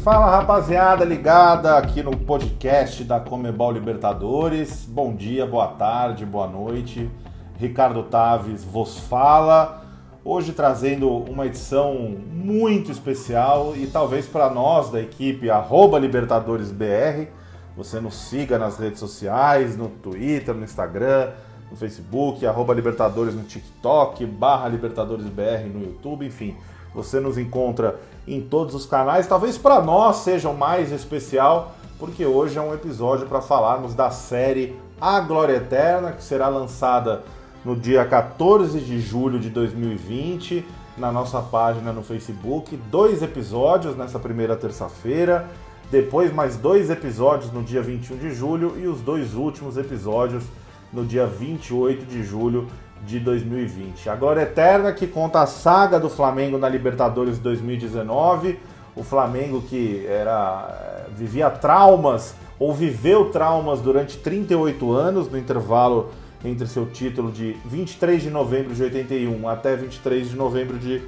Fala, rapaziada ligada aqui no podcast da Conmebol Libertadores. Bom dia, boa tarde, boa noite. Ricardo Taves vos fala. Hoje trazendo uma edição muito especial e talvez para nós da equipe @LibertadoresBR, você nos siga nas redes sociais, no Twitter, no Instagram, no Facebook, @Libertadores no TikTok, /LibertadoresBR no YouTube, enfim. Você nos encontra em todos os canais. Talvez para nós seja o mais especial, porque hoje é um episódio para falarmos da série A Glória Eterna, que será lançada no dia 14 de julho de 2020, na nossa página no Facebook. 2 episódios nessa primeira terça-feira, depois mais 2 episódios no dia 21 de julho e os 2 últimos episódios no dia 28 de julho de 2020. A Glória Eterna, que conta a saga do Flamengo na Libertadores 2019, o Flamengo que vivia traumas, ou viveu traumas durante 38 anos, no intervalo entre seu título de 23 de novembro de 81 até 23 de novembro de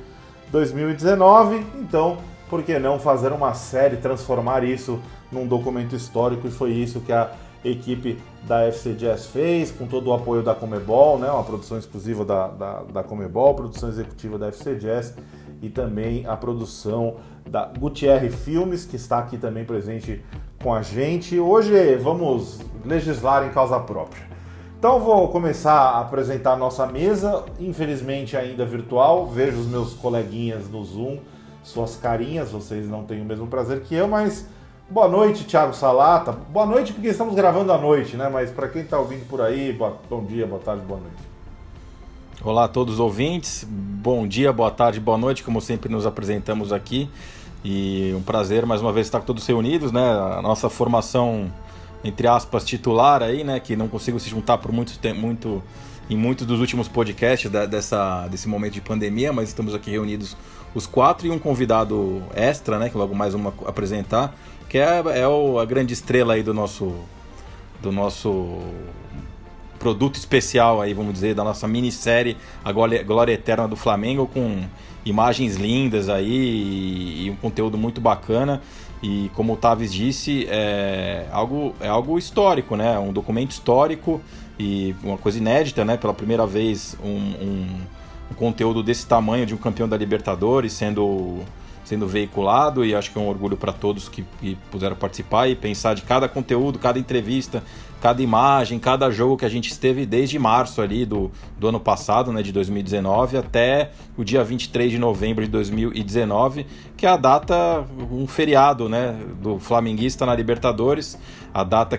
2019. Então, por que não fazer uma série, transformar isso num documento histórico? E foi isso que a equipe da FC Jazz fez, com todo o apoio da Conmebol, né? Uma produção exclusiva da Conmebol, produção executiva da FC Jazz e também a produção da Gutierrez Filmes, que está aqui também presente com a gente. Hoje vamos legislar em causa própria. Então vou começar a apresentar a nossa mesa, infelizmente ainda virtual. Vejo os meus coleguinhas no Zoom, suas carinhas, vocês não têm o mesmo prazer que eu, mas boa noite, Thiago Salata. Boa noite porque estamos gravando à noite, né? Mas para quem está ouvindo por aí, bom dia, boa tarde, boa noite. Olá a todos os ouvintes, bom dia, boa tarde, boa noite, como sempre nos apresentamos aqui. E um prazer mais uma vez estar todos reunidos, né? A nossa formação, entre aspas, titular aí, né? Que não consigo se juntar por muito tempo, em muitos dos últimos podcasts desse momento de pandemia, mas estamos aqui reunidos os 4 e um convidado extra, né? Que logo mais vamos apresentar, que é a grande estrela aí do nosso produto especial aí, vamos dizer, da nossa minissérie A Glória Eterna do Flamengo, com imagens lindas aí e um conteúdo muito bacana. E como o Taves disse, é algo histórico, né? Um documento histórico e uma coisa inédita, né? Pela primeira vez um conteúdo desse tamanho de um campeão da Libertadores sendo veiculado, e acho que é um orgulho para todos que puderam participar e pensar de cada conteúdo, cada entrevista, cada imagem, cada jogo que a gente esteve desde março ali do ano passado, né, de 2019, até o dia 23 de novembro de 2019, que é a data, um feriado, né, do flamenguista na Libertadores, a data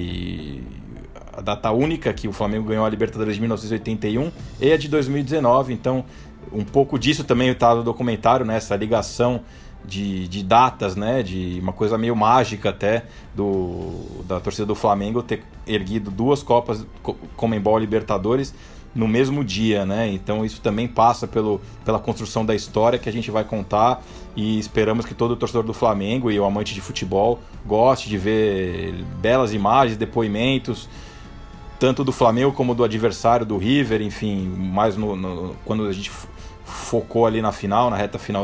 única que o Flamengo ganhou a Libertadores de 1981 e a de 2019, então um pouco disso também está no documentário, né? Essa ligação de datas, né? De uma coisa meio mágica até da torcida do Flamengo ter erguido 2 Copas Conmebol Libertadores no mesmo dia, né? Então isso também passa pela construção da história que a gente vai contar, e esperamos que todo torcedor do Flamengo e o amante de futebol goste de ver belas imagens, depoimentos, tanto do Flamengo como do adversário, do River, enfim, mais quando a gente focou ali na reta final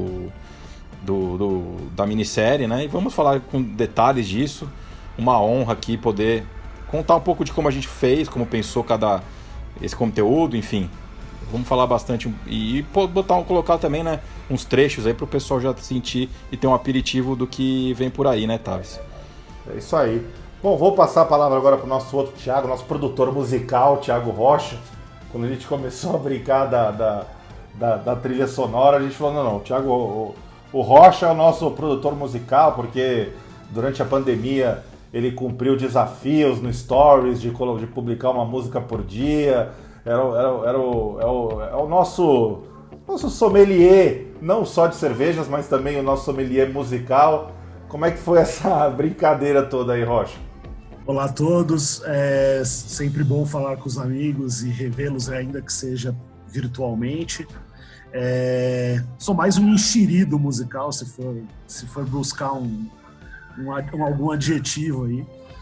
da minissérie, né? E vamos falar com detalhes disso. Uma honra aqui poder contar um pouco de como a gente fez, como pensou esse conteúdo, enfim. Vamos falar bastante e colocar também, né, uns trechos aí para o pessoal já sentir e ter um aperitivo do que vem por aí, né, Taves? É isso aí. Bom, vou passar a palavra agora para o nosso outro Thiago, nosso produtor musical, Thiago Rocha. Quando a gente começou a brincar da trilha sonora, a gente falou, não, Thiago, o Rocha é o nosso produtor musical, porque durante a pandemia ele cumpriu desafios no Stories de publicar uma música por dia. É o nosso sommelier, não só de cervejas, mas também o nosso sommelier musical. Como é que foi essa brincadeira toda aí, Rocha? Olá a todos, é sempre bom falar com os amigos e revê-los, ainda que seja virtualmente. Sou mais um enxerido musical, se for buscar algum adjetivo aí.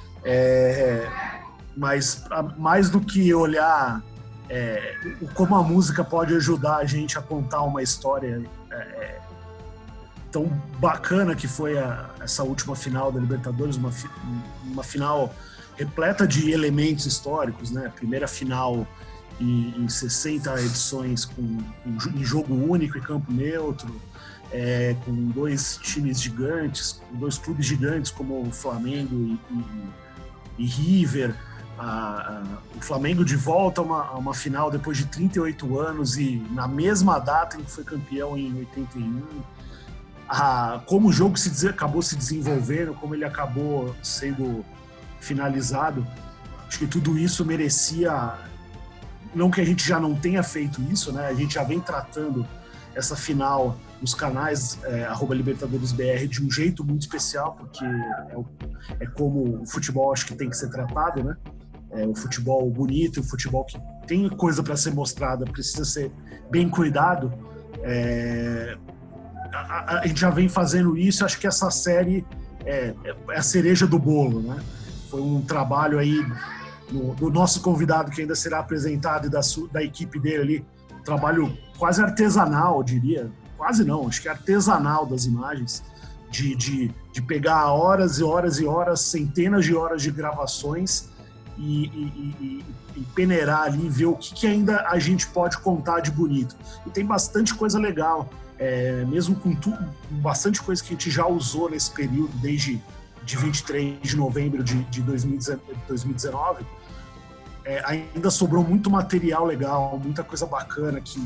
Mas mais do que olhar como a música pode ajudar a gente a contar uma história tão bacana que foi essa última final da Libertadores, uma final repleta de elementos históricos, né? Primeira final em 60 edições em jogo único e campo neutro, com dois times gigantes, dois clubes gigantes como o Flamengo e River. O Flamengo de volta a uma final depois de 38 anos e na mesma data em que foi campeão em 81. Como o jogo acabou se desenvolvendo, como ele acabou sendo finalizado, acho que tudo isso merecia, não que a gente já não tenha feito isso, né? A gente já vem tratando essa final nos canais @LibertadoresBR de um jeito muito especial, porque é como o futebol acho que tem que ser tratado, né? O futebol bonito, o futebol que tem coisa para ser mostrada, precisa ser bem cuidado. A gente já vem fazendo isso, acho que essa série é a cereja do bolo, né? Foi um trabalho aí do nosso convidado que ainda será apresentado e da equipe dele ali, um trabalho quase artesanal, eu diria, quase não, acho que artesanal das imagens, de pegar horas e horas e horas, centenas de horas de gravações e peneirar ali, ver o que ainda a gente pode contar de bonito. E tem bastante coisa legal, mesmo com bastante coisa que a gente já usou nesse período, desde de 23 de novembro de 2019, ainda sobrou muito material legal, muita coisa bacana que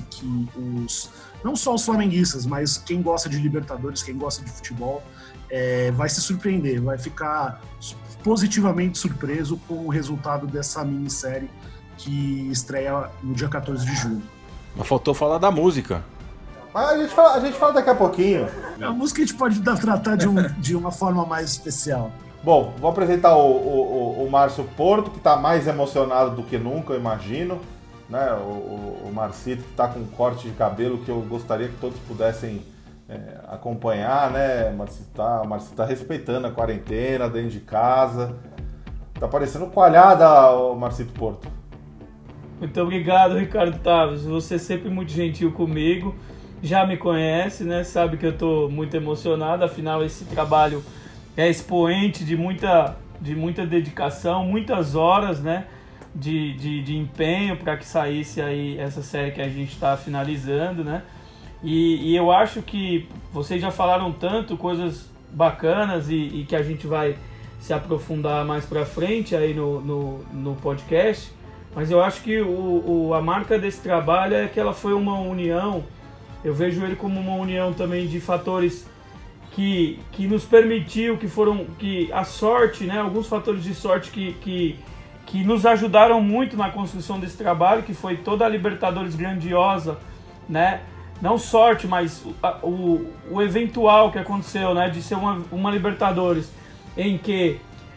não só os flamenguistas, mas quem gosta de Libertadores, quem gosta de futebol, vai se surpreender, vai ficar positivamente surpreso com o resultado dessa minissérie que estreia no dia 14 de julho. Mas faltou falar da música. Mas a gente fala daqui a pouquinho. A música a gente pode tratar de uma forma mais especial. Bom, vou apresentar o Márcio Porto, que está mais emocionado do que nunca, eu imagino. Né? O Marcito, que está com um corte de cabelo que eu gostaria que todos pudessem acompanhar, né? O Marcito tá respeitando a quarentena dentro de casa. Tá parecendo coalhada, o Marcito Porto. Muito obrigado, Ricardo Taves. Você é sempre muito gentil comigo. Já me conhece, né? Sabe que eu estou muito emocionado. Afinal, esse trabalho é expoente de muita dedicação, muitas horas, né? De empenho para que saísse aí essa série que a gente está finalizando, né? E eu acho que vocês já falaram tanto, coisas bacanas e que a gente vai se aprofundar mais para frente aí no podcast, mas eu acho que a marca desse trabalho é que ela foi uma união. Eu vejo ele como uma união também de fatores que nos permitiu, que a sorte, né, alguns fatores de sorte que nos ajudaram muito na construção desse trabalho, que foi toda a Libertadores grandiosa, né? Não sorte, mas o eventual que aconteceu, né, de ser uma Libertadores em que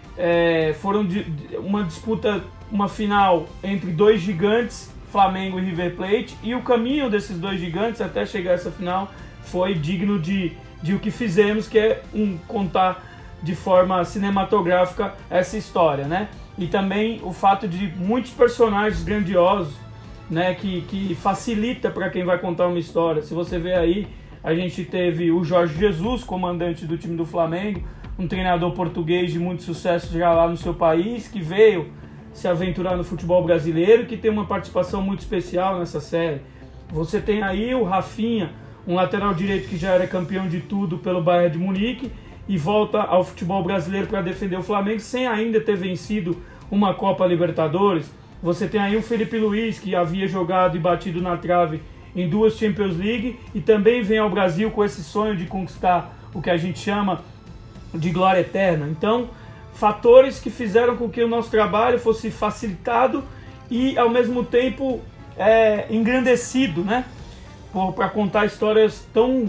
foram uma disputa, uma final entre dois gigantes, Flamengo e River Plate, e o caminho desses dois gigantes até chegar a essa final foi digno de o que fizemos, que é contar de forma cinematográfica essa história, né? E também o fato de muitos personagens grandiosos, né, que facilita para quem vai contar uma história. Se você vê aí, a gente teve o Jorge Jesus, comandante do time do Flamengo, um treinador português de muito sucesso já lá no seu país, que veio se aventurar no futebol brasileiro, que tem uma participação muito especial nessa série. Você tem aí o Rafinha, um lateral direito que já era campeão de tudo pelo Bayern de Munique e volta ao futebol brasileiro para defender o Flamengo sem ainda ter vencido uma Copa Libertadores. Você tem aí o Felipe Luiz, que havia jogado e batido na trave em 2 Champions League e também vem ao Brasil com esse sonho de conquistar o que a gente chama de glória eterna. Então, fatores que fizeram com que o nosso trabalho fosse facilitado e, ao mesmo tempo, engrandecido, né? Para contar histórias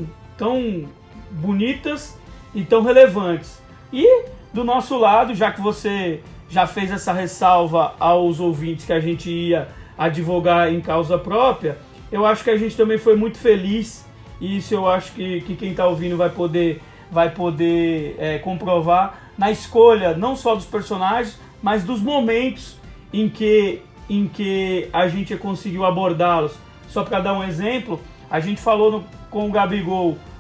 tão bonitas e tão relevantes. E, do nosso lado, já que você já fez essa ressalva aos ouvintes que a gente ia advogar em causa própria, eu acho que a gente também foi muito feliz, e isso eu acho que quem está ouvindo vai poder comprovar, na escolha não só dos personagens, mas dos momentos em que a gente conseguiu abordá-los. Só para dar um exemplo, a gente falou com o Gabigol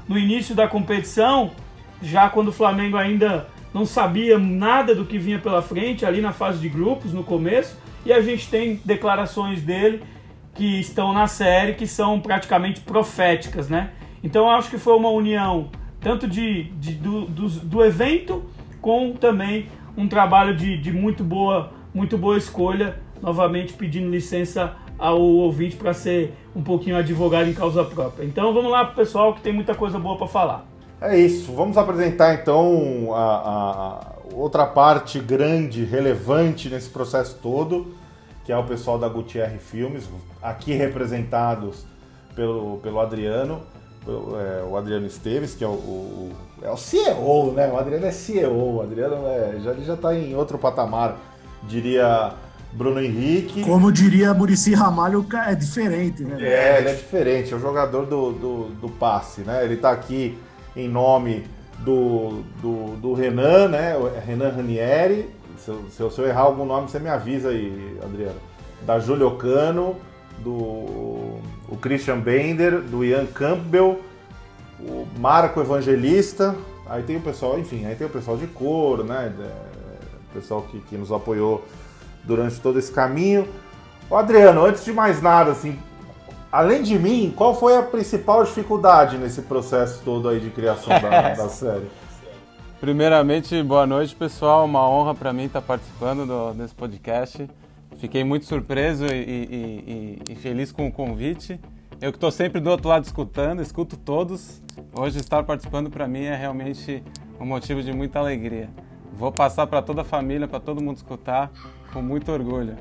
no início da competição, já quando o Flamengo ainda não sabia nada do que vinha pela frente, ali na fase de grupos, no começo, e a gente tem declarações dele que estão na série, que são praticamente proféticas, né? Então eu acho que foi uma união tanto do evento, com também um trabalho de muito boa escolha, novamente pedindo licença ao ouvinte para ser um pouquinho advogado em causa própria. Então vamos lá pro pessoal que tem muita coisa boa para falar. É isso, vamos apresentar então a outra parte grande, relevante nesse processo todo, que é o pessoal da Gutierre Filmes, aqui representados pelo Adriano, o Adriano Esteves, que é o CEO, né? O Adriano é CEO, o Adriano já está em outro patamar, diria Bruno Henrique. Como diria Muricy Ramalho, é diferente, né? Ele é diferente, é o jogador do passe, né? Ele está aqui em nome do Renan, né? O Renan Ranieri. Se eu errar algum nome, você me avisa aí, Adriano. Da Júlio Cano, o Christian Bender, do Ian Campbell, o Marco Evangelista, aí tem o pessoal, enfim, aí tem o pessoal de coro, né? O pessoal que nos apoiou durante todo esse caminho. Ô Adriano, antes de mais nada, assim, além de mim, qual foi a principal dificuldade nesse processo todo aí de criação da série? Primeiramente, boa noite, pessoal. Uma honra para mim estar participando desse podcast. Fiquei muito surpreso e feliz com o convite. Eu que estou sempre do outro lado escuto todos. Hoje estar participando para mim é realmente um motivo de muita alegria. Vou passar para toda a família, para todo mundo escutar, com muito orgulho.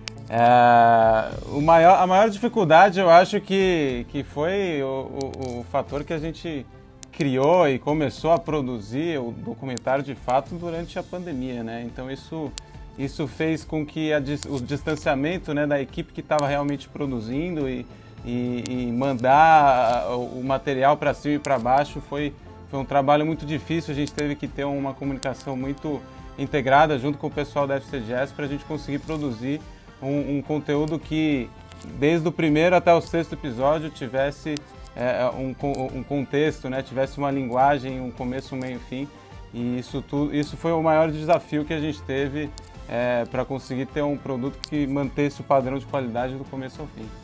A maior dificuldade, eu acho que foi o fator que a gente criou e começou a produzir o documentário de fato durante a pandemia, né? Então isso fez com que o distanciamento, né, da equipe que estava realmente produzindo e mandar o material para cima e para baixo foi um trabalho muito difícil. A gente teve que ter uma comunicação muito integrada junto com o pessoal da FCGS para a gente conseguir produzir um conteúdo que desde o primeiro até o 6º episódio tivesse um contexto, né? Tivesse uma linguagem, um começo, um meio e fim, e isso foi o maior desafio que a gente teve para conseguir ter um produto que mantesse o padrão de qualidade do começo ao fim.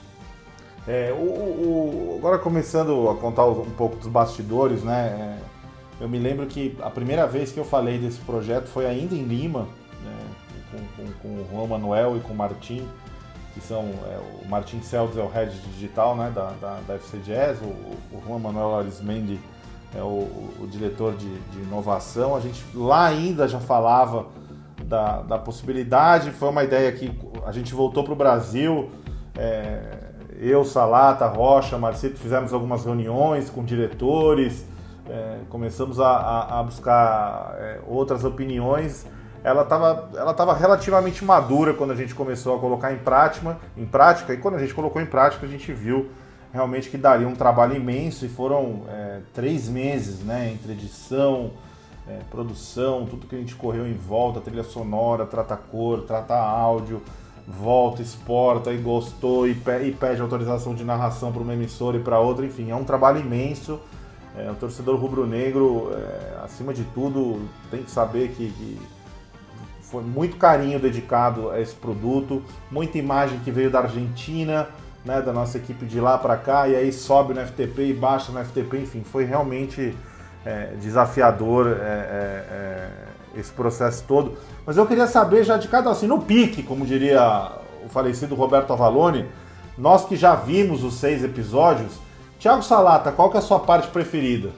Agora começando a contar um pouco dos bastidores, né? Eu me lembro que a primeira vez que eu falei desse projeto foi ainda em Lima, né? Com o Juan Manuel e com o Martim, que são o Martin Seldes é o head digital, né, da FC Jazz, o Juan Manuel Arismendi é o diretor de inovação. A gente lá ainda já falava da possibilidade, foi uma ideia que a gente voltou para o Brasil, eu, Salata, Rocha, Marcito, fizemos algumas reuniões com diretores, começamos a buscar outras opiniões. Ela estava relativamente madura quando a gente começou a colocar em prática, e quando a gente colocou em prática a gente viu realmente que daria um trabalho imenso, e foram 3 meses, né, entre edição, produção, tudo que a gente correu em volta, trilha sonora, trata cor, trata áudio, volta, exporta, e gostou, e pede autorização de narração para uma emissora e para outra, enfim, é um trabalho imenso. O torcedor rubro-negro, acima de tudo, tem que saber que foi muito carinho dedicado a esse produto, muita imagem que veio da Argentina, né, da nossa equipe de lá para cá, e aí sobe no FTP e baixa no FTP, enfim, foi realmente desafiador esse processo todo. Mas eu queria saber já de cada, assim, no pique, como diria o falecido Roberto Avalone, nós que já vimos os 6 episódios, Thiago Salata, qual que é a sua parte preferida?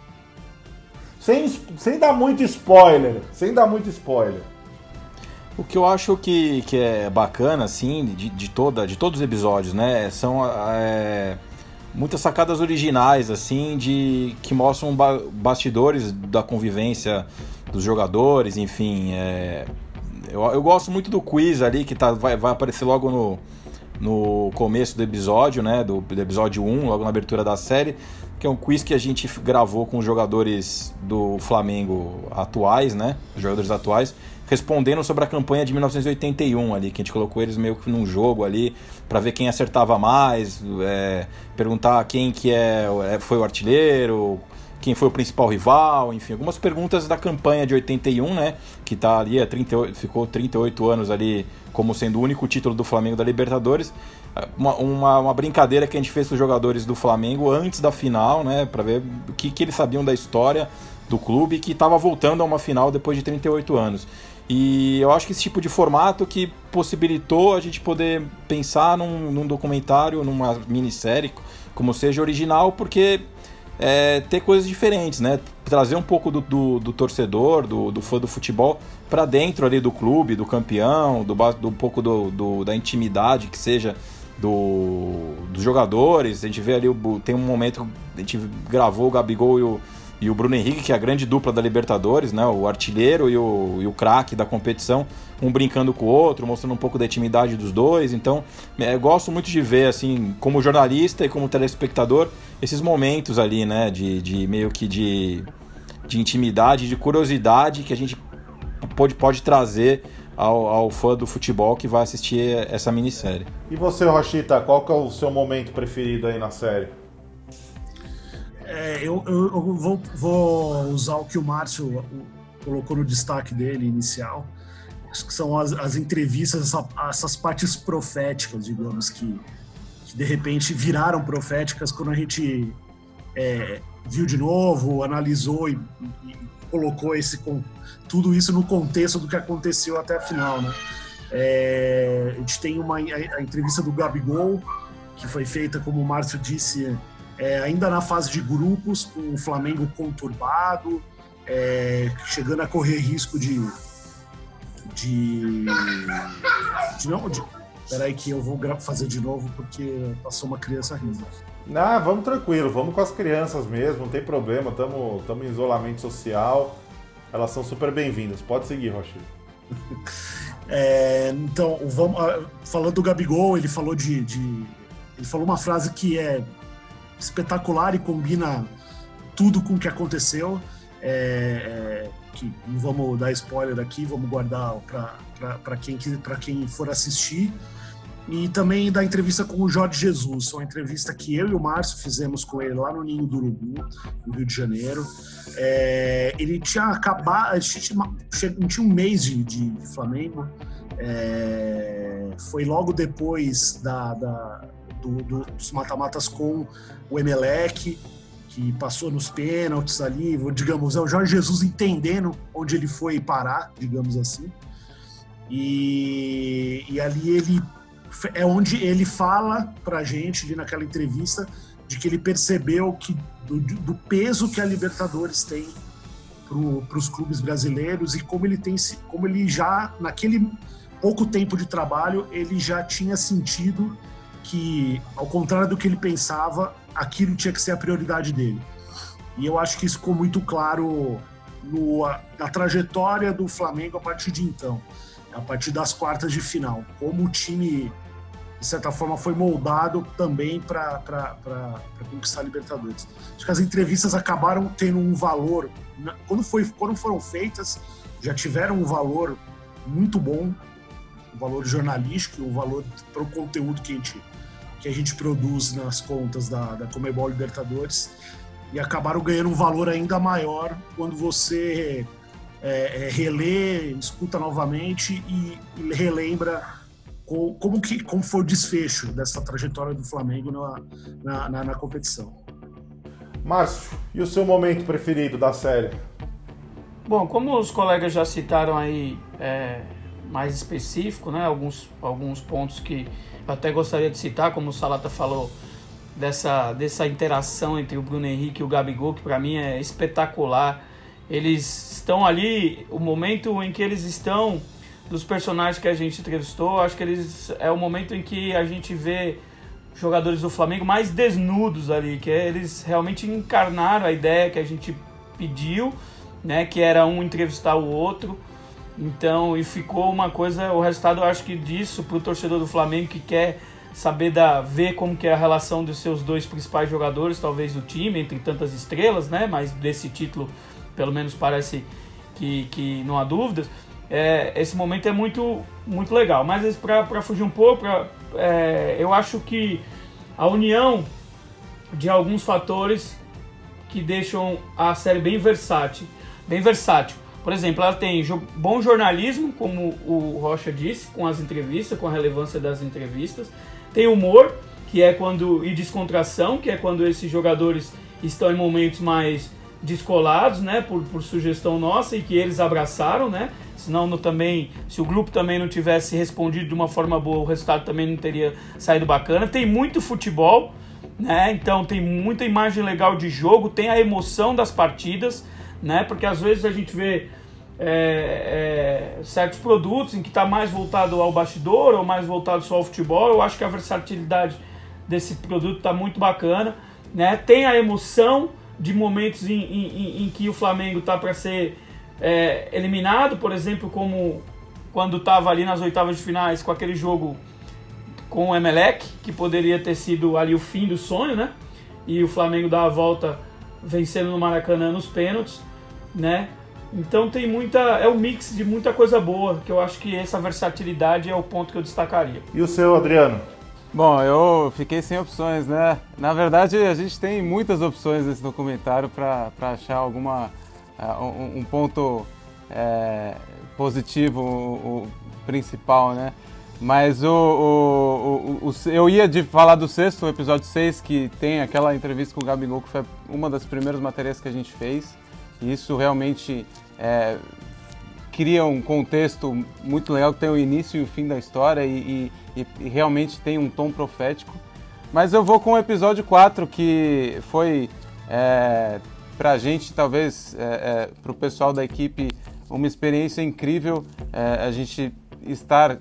Sem dar muito spoiler, O que eu acho que é bacana, assim, de todos os episódios, né, são muitas sacadas originais, assim, que mostram bastidores da convivência dos jogadores, enfim. Eu gosto muito do quiz ali, que vai aparecer logo no começo do episódio, né, do episódio 1, logo na abertura da série, que é um quiz que a gente gravou com os jogadores do Flamengo atuais, né, os jogadores atuais, respondendo sobre a campanha de 1981 ali, que a gente colocou eles meio que num jogo ali, para ver quem acertava mais, perguntar quem que foi o artilheiro, quem foi o principal rival, enfim, algumas perguntas da campanha de 81, né, que tá ali, ficou 38 anos ali como sendo o único título do Flamengo da Libertadores. Uma brincadeira que a gente fez com os jogadores do Flamengo antes da final, né, para ver o que eles sabiam da história do clube, que estava voltando a uma final depois de 38 anos. E eu acho que esse tipo de formato que possibilitou a gente poder pensar num documentário, numa minissérie, como seja original, porque ter coisas diferentes, né? Trazer um pouco do torcedor, do fã do futebol para dentro ali do clube, do campeão, um pouco da intimidade que seja dos jogadores. A gente vê ali, tem um momento, a gente gravou o Gabigol e o Bruno Henrique, que é a grande dupla da Libertadores, né? O artilheiro e o craque da competição, um brincando com o outro, mostrando um pouco da intimidade dos dois. Então, eu gosto muito de ver, assim, como jornalista e como telespectador, esses momentos ali, né? De meio que de intimidade, de curiosidade que a gente pode trazer ao fã do futebol que vai assistir essa minissérie. E você, Rochita, qual que é o seu momento preferido aí na série? Eu vou usar o que o Márcio colocou no destaque dele inicial, que são as entrevistas, essas partes proféticas, digamos, que de repente viraram proféticas quando a gente viu de novo, analisou e colocou tudo isso no contexto do que aconteceu até a final, né? A gente tem a entrevista do Gabigol, que foi feita, como o Márcio disse, ainda na fase de grupos, com o Flamengo conturbado, chegando a correr risco peraí que eu vou fazer de novo porque passou uma criança rindo. Não, vamos tranquilo, vamos com as crianças mesmo, não tem problema, estamos em isolamento social, elas são super bem-vindas. Pode seguir, Rochito. Então, falando do Gabigol, ele falou ele falou uma frase que é espetacular e combina tudo com o que aconteceu, que não vamos dar spoiler aqui, vamos guardar para quem for assistir. E também da entrevista com o Jorge Jesus, uma entrevista que eu e o Márcio fizemos com ele lá no Ninho do Urubu, no Rio de Janeiro. Ele tinha acabado, não tinha um mês de Flamengo, foi logo depois dos mata-matas com o Emelec, que passou nos pênaltis ali, digamos, é o Jorge Jesus entendendo onde ele foi parar, digamos assim. E ali é onde ele fala pra gente, ali naquela entrevista, de que ele percebeu que do peso que a Libertadores tem pros clubes brasileiros e como ele já, naquele pouco tempo de trabalho, ele já tinha sentido que, ao contrário do que ele pensava, aquilo tinha que ser a prioridade dele. E eu acho que isso ficou muito claro na trajetória do Flamengo a partir de então, a partir das quartas de final, como o time, de certa forma, foi moldado também para conquistar a Libertadores. Acho que as entrevistas acabaram tendo um valor, quando foram feitas, já tiveram um valor muito bom, um valor jornalístico, um valor para o conteúdo que a gente produz nas contas da Conmebol Libertadores, e acabaram ganhando um valor ainda maior quando você relê, escuta novamente e relembra como foi o desfecho dessa trajetória do Flamengo na competição. Márcio, e o seu momento preferido da série? Bom, como os colegas já citaram aí mais específico, né, alguns pontos que eu até gostaria de citar, como o Salata falou, dessa interação entre o Bruno Henrique e o Gabigol, que para mim é espetacular. Eles estão ali, o momento em que eles estão, dos personagens que a gente entrevistou, acho que é o momento em que a gente vê jogadores do Flamengo mais desnudos ali, que eles realmente encarnaram a ideia que a gente pediu, né, que era um entrevistar o outro. Então, e ficou uma coisa, o resultado eu acho que disso, pro torcedor do Flamengo que quer saber ver como que é a relação dos seus dois principais jogadores, talvez do time, entre tantas estrelas, né, mas desse título pelo menos parece que não há dúvidas. esse momento é muito, muito legal. Mas para fugir um pouco, eu acho que a união de alguns fatores que deixam a série bem versátil. Por exemplo, ela tem bom jornalismo, como o Rocha disse, com as entrevistas, com a relevância das entrevistas. Tem humor, e descontração, que é quando esses jogadores estão em momentos mais descolados, né, por sugestão nossa, e que eles abraçaram, né? Senão também, se o grupo também não tivesse respondido de uma forma boa, o resultado também não teria saído bacana. Tem muito futebol, né? Então tem muita imagem legal de jogo, tem a emoção das partidas, né? Porque às vezes a gente vê certos produtos em que está mais voltado ao bastidor ou mais voltado só ao futebol. Eu acho que a versatilidade desse produto está muito bacana, né? Tem a emoção de momentos em que o Flamengo está para ser eliminado, por exemplo, como quando estava ali nas oitavas de finais com aquele jogo com o Emelec, que poderia ter sido ali o fim do sonho, né? E o Flamengo dá a volta vencendo no Maracanã nos pênaltis, né? Então tem um mix de muita coisa boa, que eu acho que essa versatilidade é o ponto que eu destacaria. E o seu, Adriano? Bom, eu fiquei sem opções, né? Na verdade, a gente tem muitas opções nesse documentário para achar um ponto positivo, o principal, né? Mas eu ia falar do sexto, o episódio 6, que tem aquela entrevista com o Gabigol, que foi uma das primeiras matérias que a gente fez. E isso realmente cria um contexto muito legal, que tem o início e o fim da história e realmente tem um tom profético. Mas eu vou com o episódio 4, que foi, pra gente, talvez, pro pessoal da equipe, uma experiência incrível. A gente estar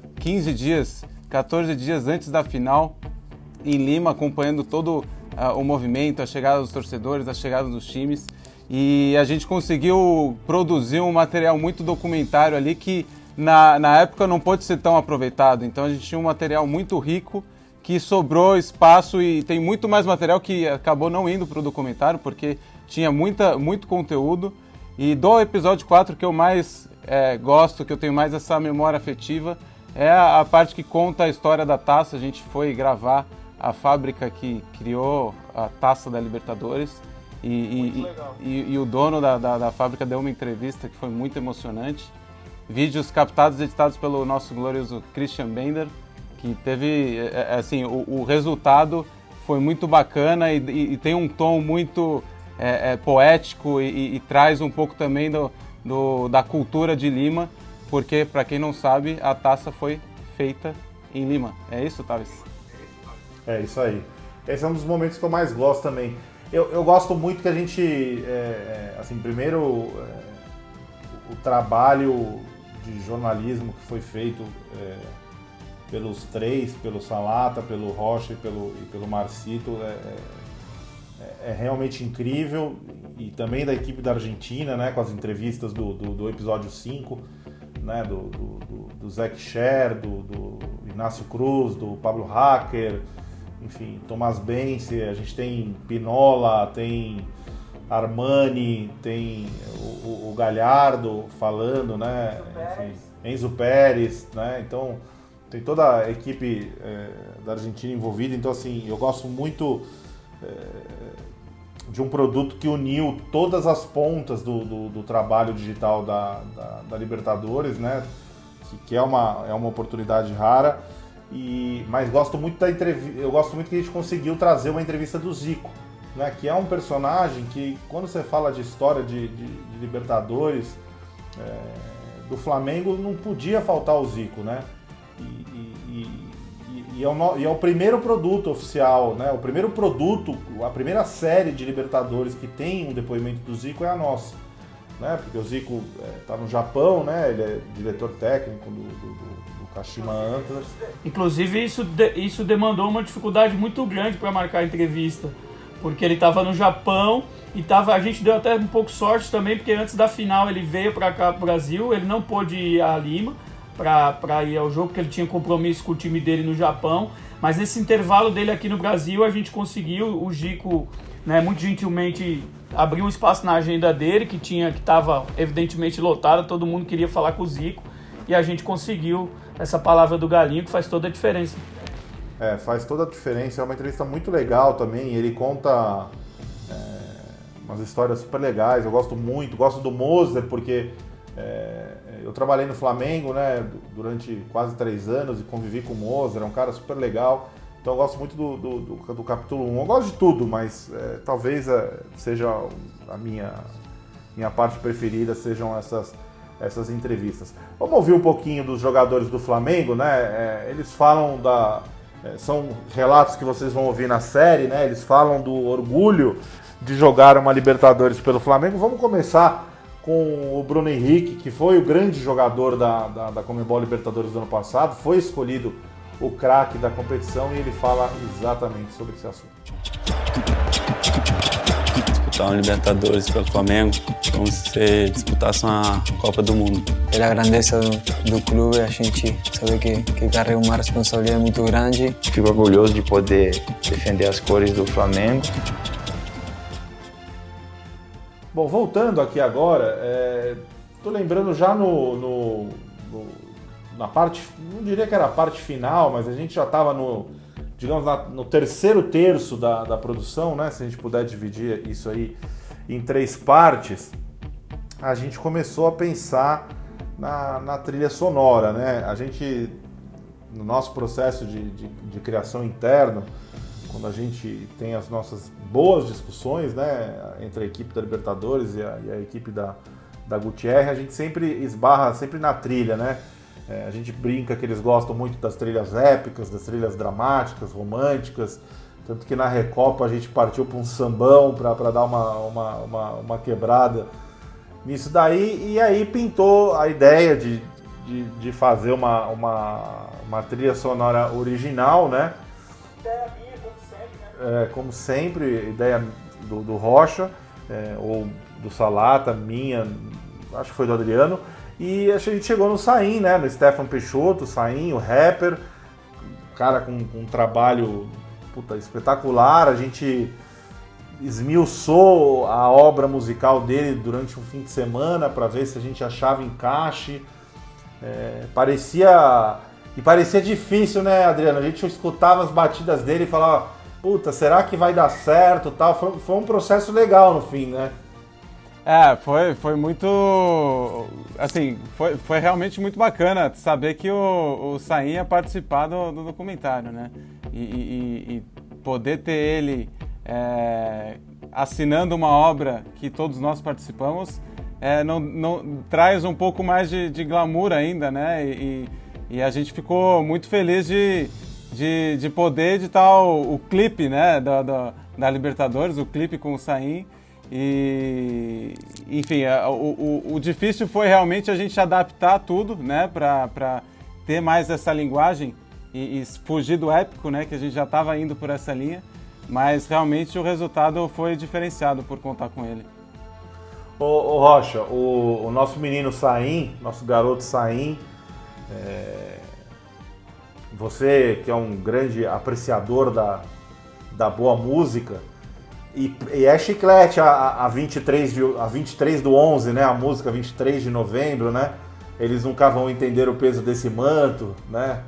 14 dias antes da final em Lima, acompanhando todo o movimento, a chegada dos torcedores, a chegada dos times. E a gente conseguiu produzir um material muito documentário ali que na época não pôde ser tão aproveitado. Então a gente tinha um material muito rico que sobrou espaço e tem muito mais material que acabou não indo para o documentário porque tinha muito conteúdo. E do episódio 4 que eu mais gosto, que eu tenho mais essa memória afetiva, é a parte que conta a história da taça. A gente foi gravar a fábrica que criou a Taça da Libertadores. E o dono da fábrica deu uma entrevista que foi muito emocionante. Vídeos captados e editados pelo nosso glorioso Christian Bender, que teve, assim, o resultado foi muito bacana e tem um tom muito poético e traz um pouco também da cultura de Lima, porque, para quem não sabe, a taça foi feita em Lima. É isso, Thales? É isso aí. Esse é um dos momentos que eu mais gosto também. Eu gosto muito que a gente, assim, primeiro, o trabalho de jornalismo que foi feito pelos três, pelo Salata, pelo Rocha e pelo Marcito, é realmente incrível. E também da equipe da Argentina, né, com as entrevistas do episódio 5, né, do Zach Scher, do Inácio Cruz, do Pablo Hacker, enfim, Tomás Bense, a gente tem Pinola, tem Armani, tem o Galhardo falando, né? Enfim, Enzo Pérez, né? Então tem toda a equipe da Argentina envolvida. Então, assim, eu gosto muito de um produto que uniu todas as pontas do trabalho digital da Libertadores, né? Que é uma oportunidade rara. Mas gosto muito da entrevista. Eu gosto muito que a gente conseguiu trazer uma entrevista do Zico, né? Que é um personagem que, quando você fala de história de Libertadores, do Flamengo, não podia faltar o Zico, né? E é o primeiro produto oficial, né? O primeiro produto, a primeira série de Libertadores que tem um depoimento do Zico é a nossa, né? Porque o Zico está no Japão, né? Ele é diretor técnico do Kashima Antlers. Inclusive, isso demandou uma dificuldade muito grande para marcar a entrevista, porque ele estava no Japão e a gente deu até um pouco sorte também, porque antes da final ele veio para cá, pro Brasil, ele não pôde ir a Lima para ir ao jogo, porque ele tinha compromisso com o time dele no Japão, mas nesse intervalo dele aqui no Brasil, a gente conseguiu, o Zico, né, muito gentilmente abriu um espaço na agenda dele, que estava evidentemente lotada, todo mundo queria falar com o Zico. e a gente conseguiu essa palavra do Galinho, que faz toda a diferença. Faz toda a diferença. É uma entrevista muito legal também. Ele conta umas histórias super legais. Eu gosto do Moser, porque eu trabalhei no Flamengo, né, durante quase 3 anos e convivi com o Moser. É um cara super legal. Então eu gosto muito do capítulo 1. Eu gosto de tudo, mas talvez seja a minha parte preferida, sejam essas entrevistas. Vamos ouvir um pouquinho dos jogadores do Flamengo, né? Eles falam são relatos que vocês vão ouvir na série, né? Eles falam do orgulho de jogar uma Libertadores pelo Flamengo. Vamos começar com o Bruno Henrique, que foi o grande jogador da Conmebol Libertadores do ano passado, foi escolhido o craque da competição e ele fala exatamente sobre esse assunto. Disputar uma Libertadores pelo Flamengo como se disputasse uma Copa do Mundo. Pela grandeza do clube, a gente sabe que carrega uma responsabilidade muito grande. Fico orgulhoso de poder defender as cores do Flamengo. Bom, voltando aqui agora, tô lembrando já na parte, não diria que era a parte final, mas a gente já estava no terceiro terço da produção, né? Se a gente puder dividir isso aí em 3 partes, a gente começou a pensar na trilha sonora, né? A gente, no nosso processo de criação interno, quando a gente tem as nossas boas discussões, né, entre a equipe da Libertadores e a equipe da Gutierre, a gente sempre esbarra na trilha, né? A gente brinca que eles gostam muito das trilhas épicas, das trilhas dramáticas, românticas, tanto que na Recopa a gente partiu para um sambão para dar uma quebrada nisso daí, e aí pintou a ideia de fazer uma trilha sonora original, né? Ideia minha, como sempre, né? Como sempre, ideia do Rocha, ou do Salata, minha, acho que foi do Adriano. E a gente chegou no Saim, né? No Stefan Peixoto, o Saim, o rapper, cara com um trabalho espetacular. A gente esmiuçou a obra musical dele durante um fim de semana para ver se a gente achava encaixe. Parecia difícil, né, Adriano? A gente escutava as batidas dele e falava, será que vai dar certo? Tal. Foi um processo legal no fim, né? Foi muito, assim, foi realmente muito bacana saber que o Saim ia participar do documentário, né? E poder ter ele assinando uma obra que todos nós participamos não traz um pouco mais de glamour ainda, né? E a gente ficou muito feliz de poder editar o clipe, né, da Libertadores, o clipe com o Saim. E, enfim, o difícil foi realmente a gente adaptar tudo, né, para ter mais essa linguagem e fugir do épico, né, que a gente já estava indo por essa linha, mas realmente o resultado foi diferenciado por contar com ele. Ô Rocha, o nosso menino Saim, nosso garoto Saim, você que é um grande apreciador da boa música, e é chiclete a 23 do 11, né? A música 23 de novembro, né? Eles nunca vão entender o peso desse manto, né?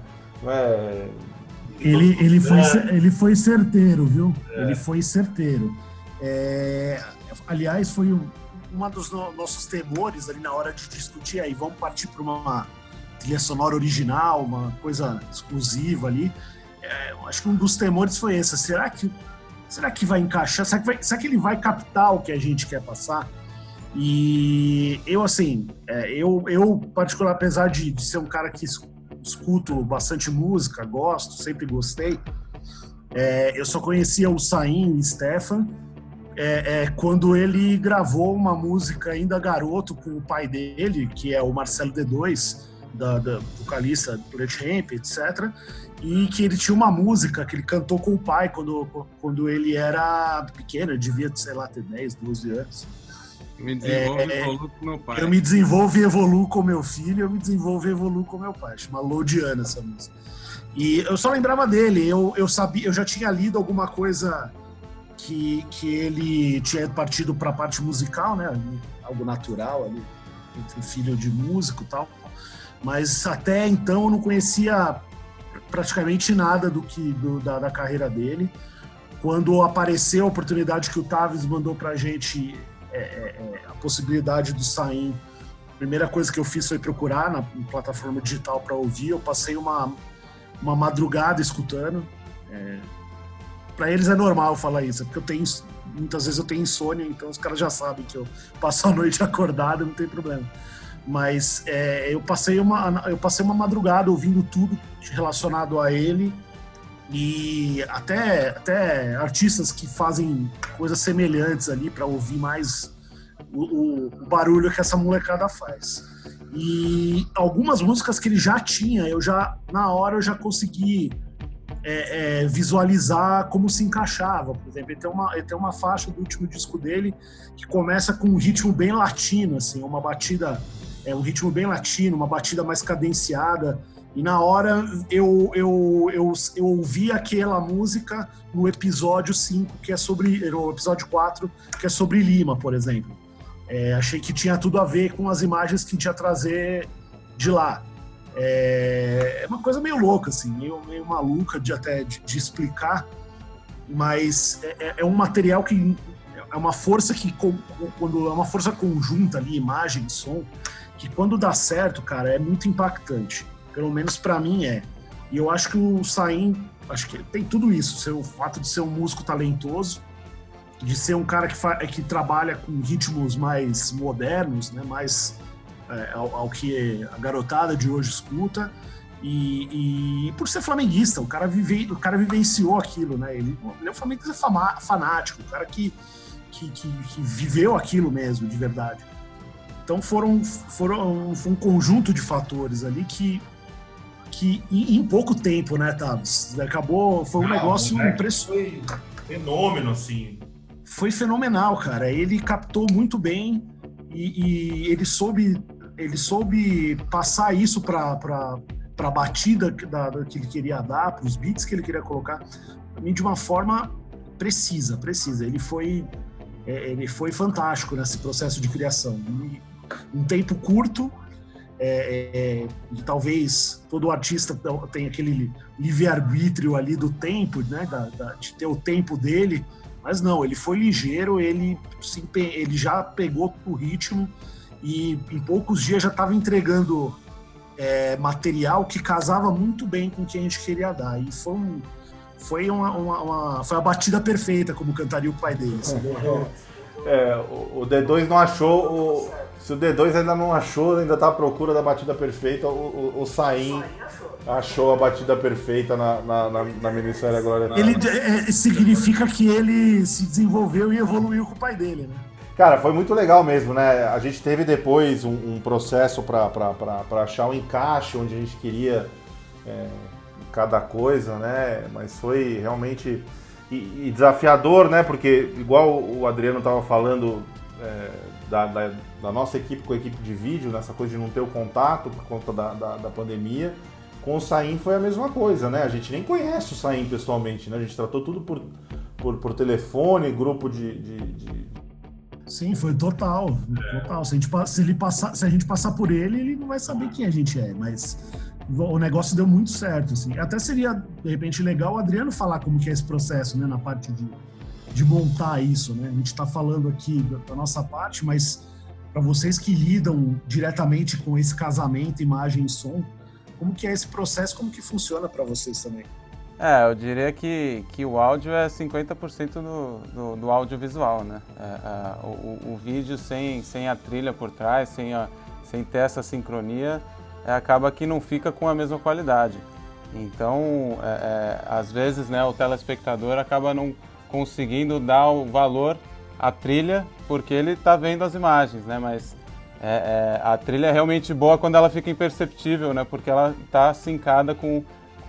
Ele foi certeiro, viu? Ele foi certeiro. Aliás, foi um dos nossos temores ali na hora de discutir. Aí vamos partir para uma trilha sonora original, uma coisa exclusiva ali. Acho que um dos temores foi esse. Será que vai encaixar? Será que ele vai captar o que a gente quer passar? E eu, assim, eu particular, apesar de ser um cara que escuto bastante música, gosto, sempre gostei, eu só conhecia o Saim e o Stefan quando ele gravou uma música ainda garoto com o pai dele, que é o Marcelo D2, da vocalista do Planet Hemp, etc., e que ele tinha uma música que ele cantou com o pai quando ele era pequeno, devia, sei lá, ter 10, 12 anos. Me desenvolvo e evoluo com meu pai. Eu me desenvolvo e evoluo com meu filho, eu me desenvolvo e evoluo com meu pai. Chama Lodiana essa música. E eu só lembrava dele, eu sabia, eu já tinha lido alguma coisa que ele tinha partido para a parte musical, né? Algo natural ali, entre filho de músico e tal. Mas até então eu não conhecia praticamente nada da carreira dele. Quando apareceu a oportunidade que o Tavis mandou pra gente, a possibilidade do Saim, a primeira coisa que eu fiz foi procurar na plataforma digital para ouvir. Eu passei uma madrugada escutando. Para eles é normal falar isso, porque muitas vezes eu tenho insônia, então os caras já sabem que eu passo a noite acordado, não tem problema. Mas eu passei uma madrugada ouvindo tudo relacionado a ele, e até artistas que fazem coisas semelhantes ali para ouvir mais o barulho que essa molecada faz. E algumas músicas que ele já tinha, na hora eu já consegui visualizar como se encaixava. Por exemplo, ele tem uma faixa do último disco dele que começa com um ritmo bem latino, assim, uma batida, um ritmo bem latino, uma batida mais cadenciada. E na hora eu ouvi aquela música no episódio 5, no episódio 4, que é sobre Lima, por exemplo. Achei que tinha tudo a ver com as imagens que a gente ia trazer de lá. É uma coisa meio louca, assim, meio maluca de explicar, mas é um material que é uma força quando é uma força conjunta ali, imagem, som, que quando dá certo, cara, é muito impactante. Pelo menos pra mim é. E eu acho que o Saim, acho que tem tudo isso, o fato de ser um músico talentoso, de ser um cara que trabalha com ritmos mais modernos, né, mais ao que a garotada de hoje escuta, e por ser flamenguista, o cara vivenciou aquilo, né? Ele é um flamenguista fanático, um cara que viveu aquilo mesmo, de verdade. Então foi um conjunto de fatores ali que em pouco tempo, né, Tavis? Foi um negócio impressionante. Foi fenômeno, assim. Foi fenomenal, cara. Ele captou muito bem e ele soube passar isso para a batida que ele queria dar, para os beats que ele queria colocar, de uma forma precisa. Ele foi fantástico nesse processo de criação. Um tempo curto, e talvez todo artista tenha aquele livre-arbítrio ali do tempo, né, de ter o tempo dele, mas não, ele foi ligeiro, ele já pegou o ritmo e em poucos dias já estava entregando material que casava muito bem com o que a gente queria dar. E foi a batida perfeita, como cantaria o pai dele. O D2 não achou. Se o D2 ainda não achou, ainda está à procura da batida perfeita, o Saim achou a batida perfeita na minissérie Glória Eterna. Significa que ele se desenvolveu e evoluiu com o pai dele, né? Cara, foi muito legal mesmo, né? A gente teve depois um processo para achar um encaixe onde a gente queria cada coisa, né? Mas foi realmente e desafiador, né? Porque, igual o Adriano estava falando da nossa equipe com a equipe de vídeo, nessa coisa de não ter o contato por conta da pandemia, com o Saim foi a mesma coisa, né? A gente nem conhece o Saim pessoalmente, né? A gente tratou tudo por telefone, grupo de... Sim, foi total. Se a gente passar por ele não vai saber quem a gente é, mas o negócio deu muito certo, assim. Até seria, de repente, legal o Adriano falar como que é esse processo, né, na parte de montar isso, né? A gente está falando aqui da nossa parte, mas para vocês que lidam diretamente com esse casamento, imagem e som, como que é esse processo, como que funciona para vocês também? Eu diria que o áudio é 50% do audiovisual, né? O vídeo sem a trilha por trás, sem ter essa sincronia, acaba que não fica com a mesma qualidade. Então, às vezes, né, o telespectador acaba não conseguindo dar o valor à trilha porque ele está vendo as imagens, né? Mas a trilha é realmente boa quando ela fica imperceptível, né? Porque ela está sincada com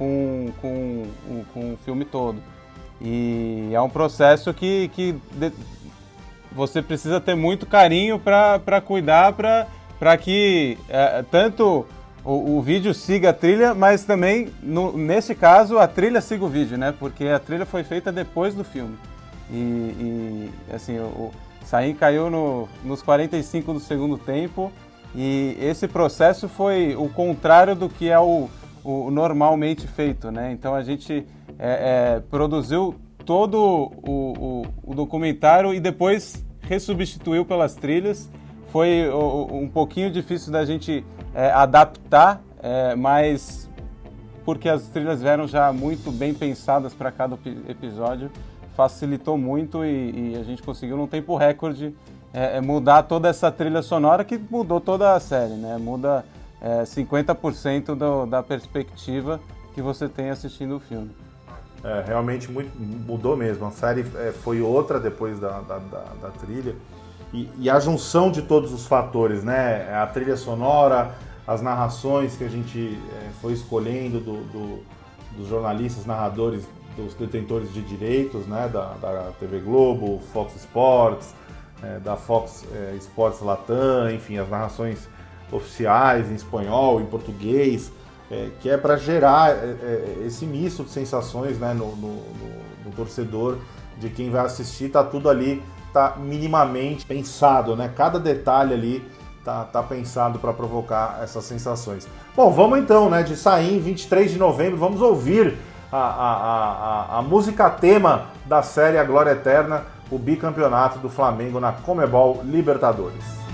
o filme todo. E é um processo que você precisa ter muito carinho para cuidar, para que tanto o vídeo siga a trilha, mas também, nesse caso, a trilha siga o vídeo, né? Porque a trilha foi feita depois do filme. E assim, o Saim caiu nos 45 do segundo tempo E esse processo foi o contrário do que é o normalmente feito, né? Então a gente produziu todo o documentário e depois resubstituiu pelas trilhas. Foi um pouquinho difícil da gente adaptar, mas porque as trilhas vieram já muito bem pensadas para cada episódio, facilitou muito e a gente conseguiu num tempo recorde mudar toda essa trilha sonora que mudou toda a série, né? Muda 50% da perspectiva que você tem assistindo o filme. Realmente mudou mesmo. A série foi outra depois da trilha. E a junção de todos os fatores, né? A trilha sonora, as narrações que a gente foi escolhendo dos jornalistas, narradores, dos detentores de direitos, né? Da TV Globo, Fox Sports, da Fox Sports Latam, enfim, as narrações oficiais em espanhol, em português, que é para gerar esse misto de sensações, né? no torcedor, de quem vai assistir, tá tudo ali, tá minimamente pensado, né? Cada detalhe ali tá pensado para provocar essas sensações. Bom, vamos então, né? De Saim, 23 de novembro, vamos ouvir a música tema da série A Glória Eterna, o bicampeonato do Flamengo na Conmebol Libertadores.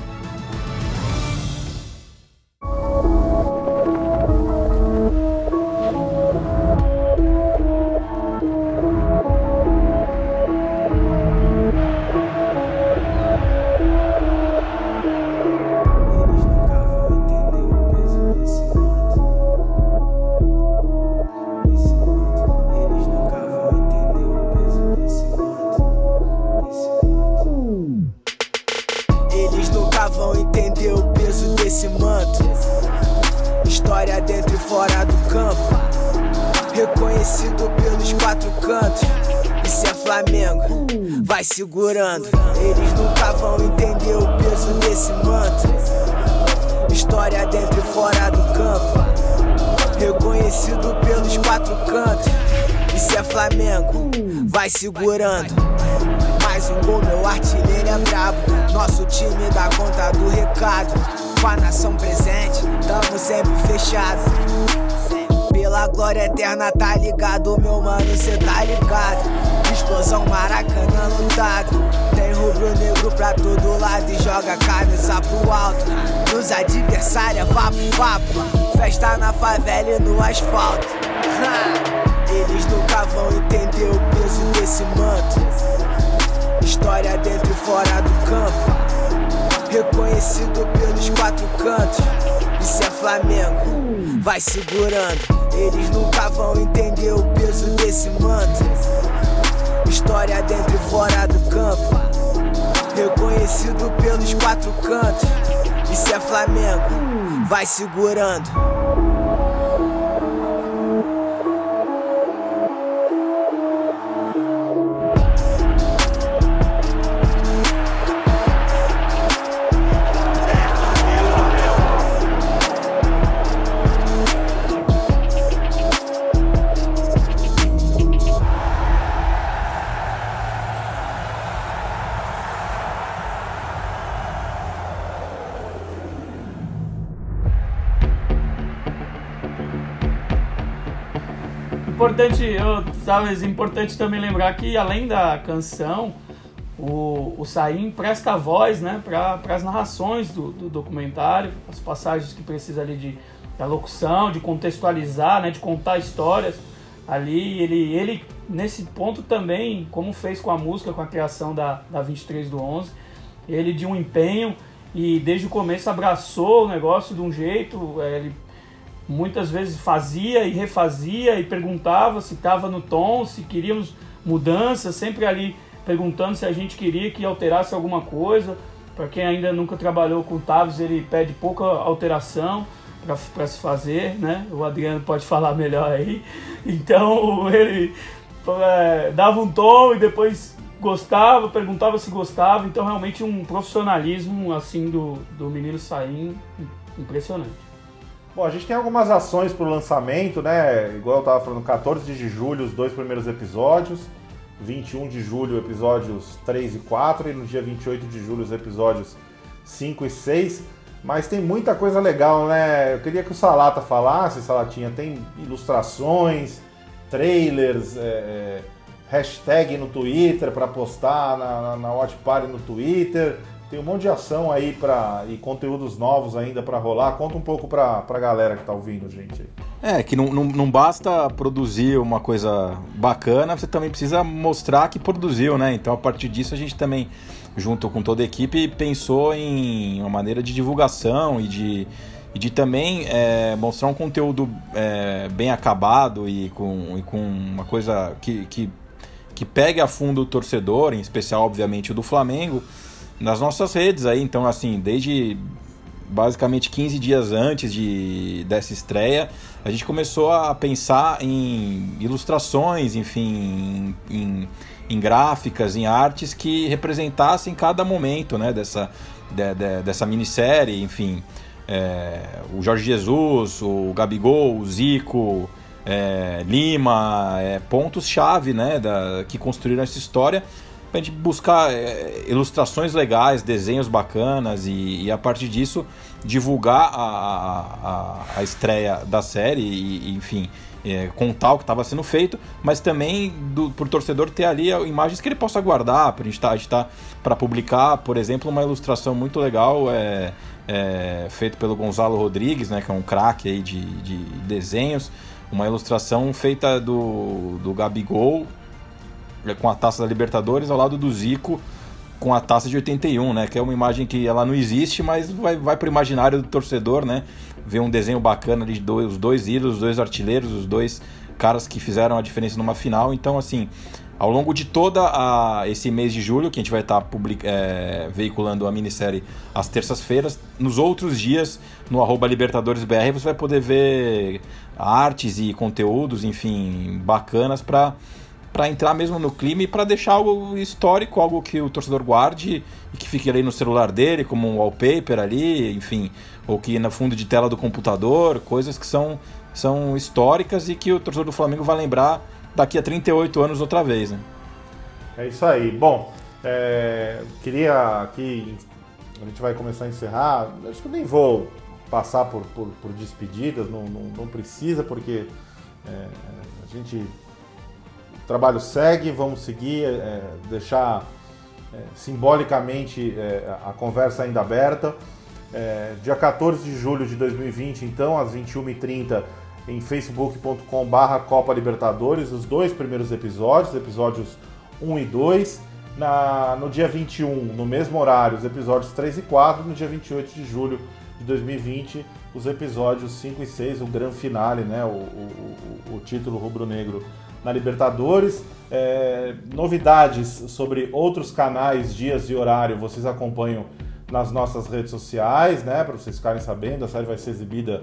História dentro e fora do campo, reconhecido pelos quatro cantos. Isso é Flamengo, vai segurando. Eles nunca vão entender o peso desse manto. História dentro e fora do campo, reconhecido pelos quatro cantos. Isso é Flamengo, vai segurando. Mais um gol, meu artilheiro é brabo. Nosso time dá conta do recado. Com a nação presente, tamo sempre fechado. Pela glória eterna, tá ligado, meu mano, cê tá ligado. Explosão, Maracanã lotado. Tem rubro-negro pra todo lado e joga a camisa pro alto. Nos adversários, vapo. Festa na favela e no asfalto. Eles nunca vão entender o peso desse manto. História dentro e fora do campo, reconhecido pelos quatro cantos. Isso é Flamengo, vai segurando. Eles nunca vão entender o peso desse manto. História dentro e fora do campo, reconhecido pelos quatro cantos. Isso é Flamengo, vai segurando. Importante também lembrar que, além da canção, o Saim presta voz, né, para as narrações do documentário, as passagens que precisa ali da locução, de contextualizar, né, de contar histórias. Ali ele nesse ponto também, como fez com a música, com a criação da 23/11, ele de um empenho e desde o começo abraçou o negócio de um jeito. Ele muitas vezes fazia e refazia e perguntava se estava no tom, se queríamos mudanças, sempre ali perguntando se a gente queria que alterasse alguma coisa. Para quem ainda nunca trabalhou com o Tavis, ele pede pouca alteração para se fazer, né? O Adriano pode falar melhor aí. Então ele dava um tom e depois gostava, perguntava se gostava. Então realmente um profissionalismo assim do menino Saim impressionante. Bom, a gente tem algumas ações para o lançamento, né? Igual eu estava falando, 14 de julho os 2 primeiros episódios, 21 de julho episódios 3 e 4 e no dia 28 de julho os episódios 5 e 6. Mas tem muita coisa legal, né? Eu queria que o Salata falasse, Salatinha, tem ilustrações, trailers, hashtag no Twitter para postar na Watch Party no Twitter. Tem um monte de ação aí e conteúdos novos ainda para rolar. Conta um pouco pra galera que tá ouvindo, gente. Que não basta produzir uma coisa bacana, você também precisa mostrar que produziu, né? Então, a partir disso, a gente também, junto com toda a equipe, pensou em uma maneira de divulgação e de também mostrar um conteúdo bem acabado e com uma coisa que pegue a fundo o torcedor, em especial, obviamente, o do Flamengo, nas nossas redes aí. Então, assim, desde basicamente 15 dias antes dessa estreia, a gente começou a pensar em ilustrações, enfim, em gráficas, em artes que representassem cada momento, né, dessa minissérie, enfim, o Jorge Jesus, o Gabigol, o Zico, Lima, pontos-chave, né, que construíram essa história, para a gente buscar ilustrações legais, desenhos bacanas e a partir disso divulgar a estreia da série e enfim, contar o que estava sendo feito, mas também para o torcedor ter ali imagens que ele possa guardar, para a gente para publicar, por exemplo, uma ilustração muito legal feita pelo Gonzalo Rodrigues, né, que é um craque aí de desenhos, uma ilustração feita do Gabigol com a taça da Libertadores ao lado do Zico com a taça de 81, né? Que é uma imagem que ela não existe, mas vai pro imaginário do torcedor, né? Ver um desenho bacana ali de os dois ídolos, os dois artilheiros, os dois caras que fizeram a diferença numa final. Então, assim, ao longo de esse mês de julho, que a gente vai estar veiculando a minissérie às terças-feiras, nos outros dias, no @LibertadoresBR, você vai poder ver artes e conteúdos, enfim, bacanas para entrar mesmo no clima e para deixar algo histórico, algo que o torcedor guarde e que fique ali no celular dele, como um wallpaper ali, enfim, ou que no fundo de tela do computador, coisas que são históricas e que o torcedor do Flamengo vai lembrar daqui a 38 anos outra vez, né? É isso aí. Bom, queria aqui, a gente vai começar a encerrar, acho que eu nem vou passar por despedidas, não precisa, porque a gente... O trabalho segue, vamos seguir, deixar simbolicamente a conversa ainda aberta. Dia 14 de julho de 2020, então, às 21h30, em facebook.com/Copa Libertadores, os 2 primeiros episódios 1 e 2. No dia 21, no mesmo horário, os episódios 3 e 4. No dia 28 de julho de 2020, os episódios 5 e 6, o grande finale, né, o título rubro-negro na Libertadores. Novidades sobre outros canais, dias e horário, vocês acompanham nas nossas redes sociais, né, para vocês ficarem sabendo. A série vai ser exibida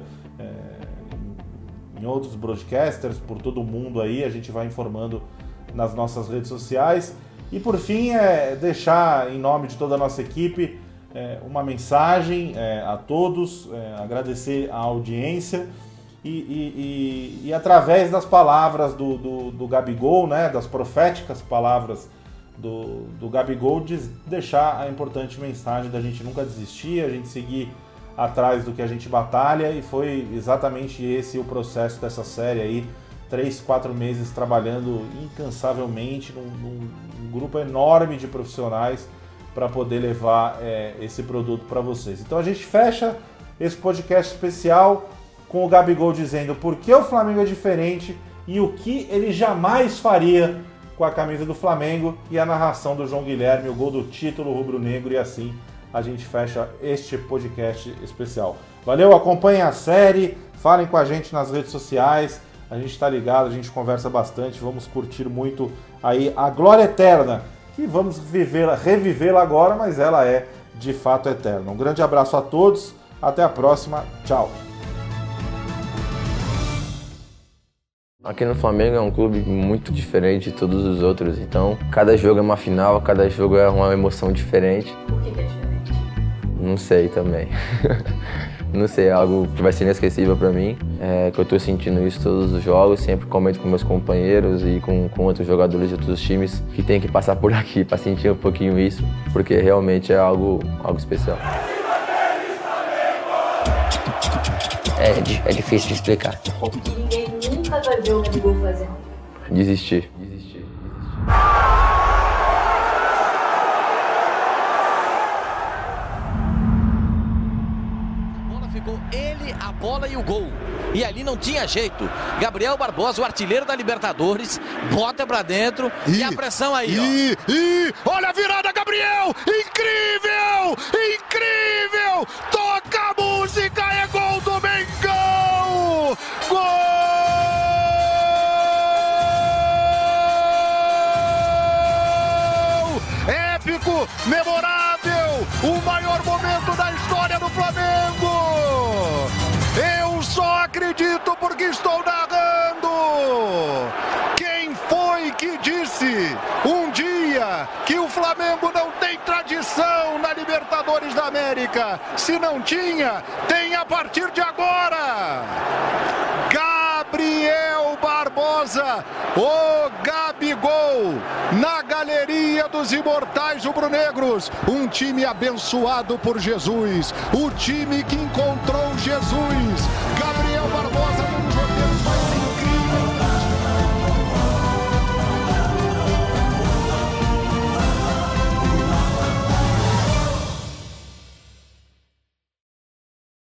em outros broadcasters por todo o mundo aí, a gente vai informando nas nossas redes sociais. E por fim, deixar em nome de toda a nossa equipe uma mensagem a todos, agradecer a audiência. E através das palavras do Gabigol, né, das proféticas palavras do Gabigol, deixar a importante mensagem da gente nunca desistir, a gente seguir atrás do que a gente batalha, e foi exatamente esse o processo dessa série aí, 3, 4 meses trabalhando incansavelmente num grupo enorme de profissionais para poder levar esse produto para vocês. Então a gente fecha esse podcast especial com o Gabigol dizendo por que o Flamengo é diferente e o que ele jamais faria com a camisa do Flamengo, e a narração do João Guilherme, o gol do título rubro-negro, e assim a gente fecha este podcast especial. Valeu, acompanhem a série, falem com a gente nas redes sociais, a gente está ligado, a gente conversa bastante, vamos curtir muito aí a glória eterna, que vamos revivê-la agora, mas ela é de fato eterna. Um grande abraço a todos, até a próxima, tchau! Aqui no Flamengo é um clube muito diferente de todos os outros, então cada jogo é uma final, cada jogo é uma emoção diferente. Por que é diferente? Não sei também. Não sei, é algo que vai ser inesquecível pra mim, que eu tô sentindo isso todos os jogos, sempre comento com meus companheiros e com outros jogadores de outros times que tem que passar por aqui pra sentir um pouquinho isso, porque realmente é algo especial. é difícil de explicar. Ninguém nunca vai ver o Gabigol fazer. Desistir. Ele, a bola e o gol. E ali não tinha jeito. Gabriel Barbosa, o artilheiro da Libertadores, bota pra dentro e a pressão aí, ó. Olha a virada, Gabriel! Incrível! Incrível! Toca a música, é gol do Mengão! Gol! Épico, memorável, o maior momento da história do Flamengo! Eu só acredito porque estou narrando! Quem foi que disse um dia que o Flamengo não tem tradição na Libertadores da América? Se não tinha, tem a partir de agora! Gabriel Barbosa, o Gabigol, na galeria dos imortais rubro-negros, um time abençoado por Jesus, o time que encontrou Jesus, Gabriel Barbosa.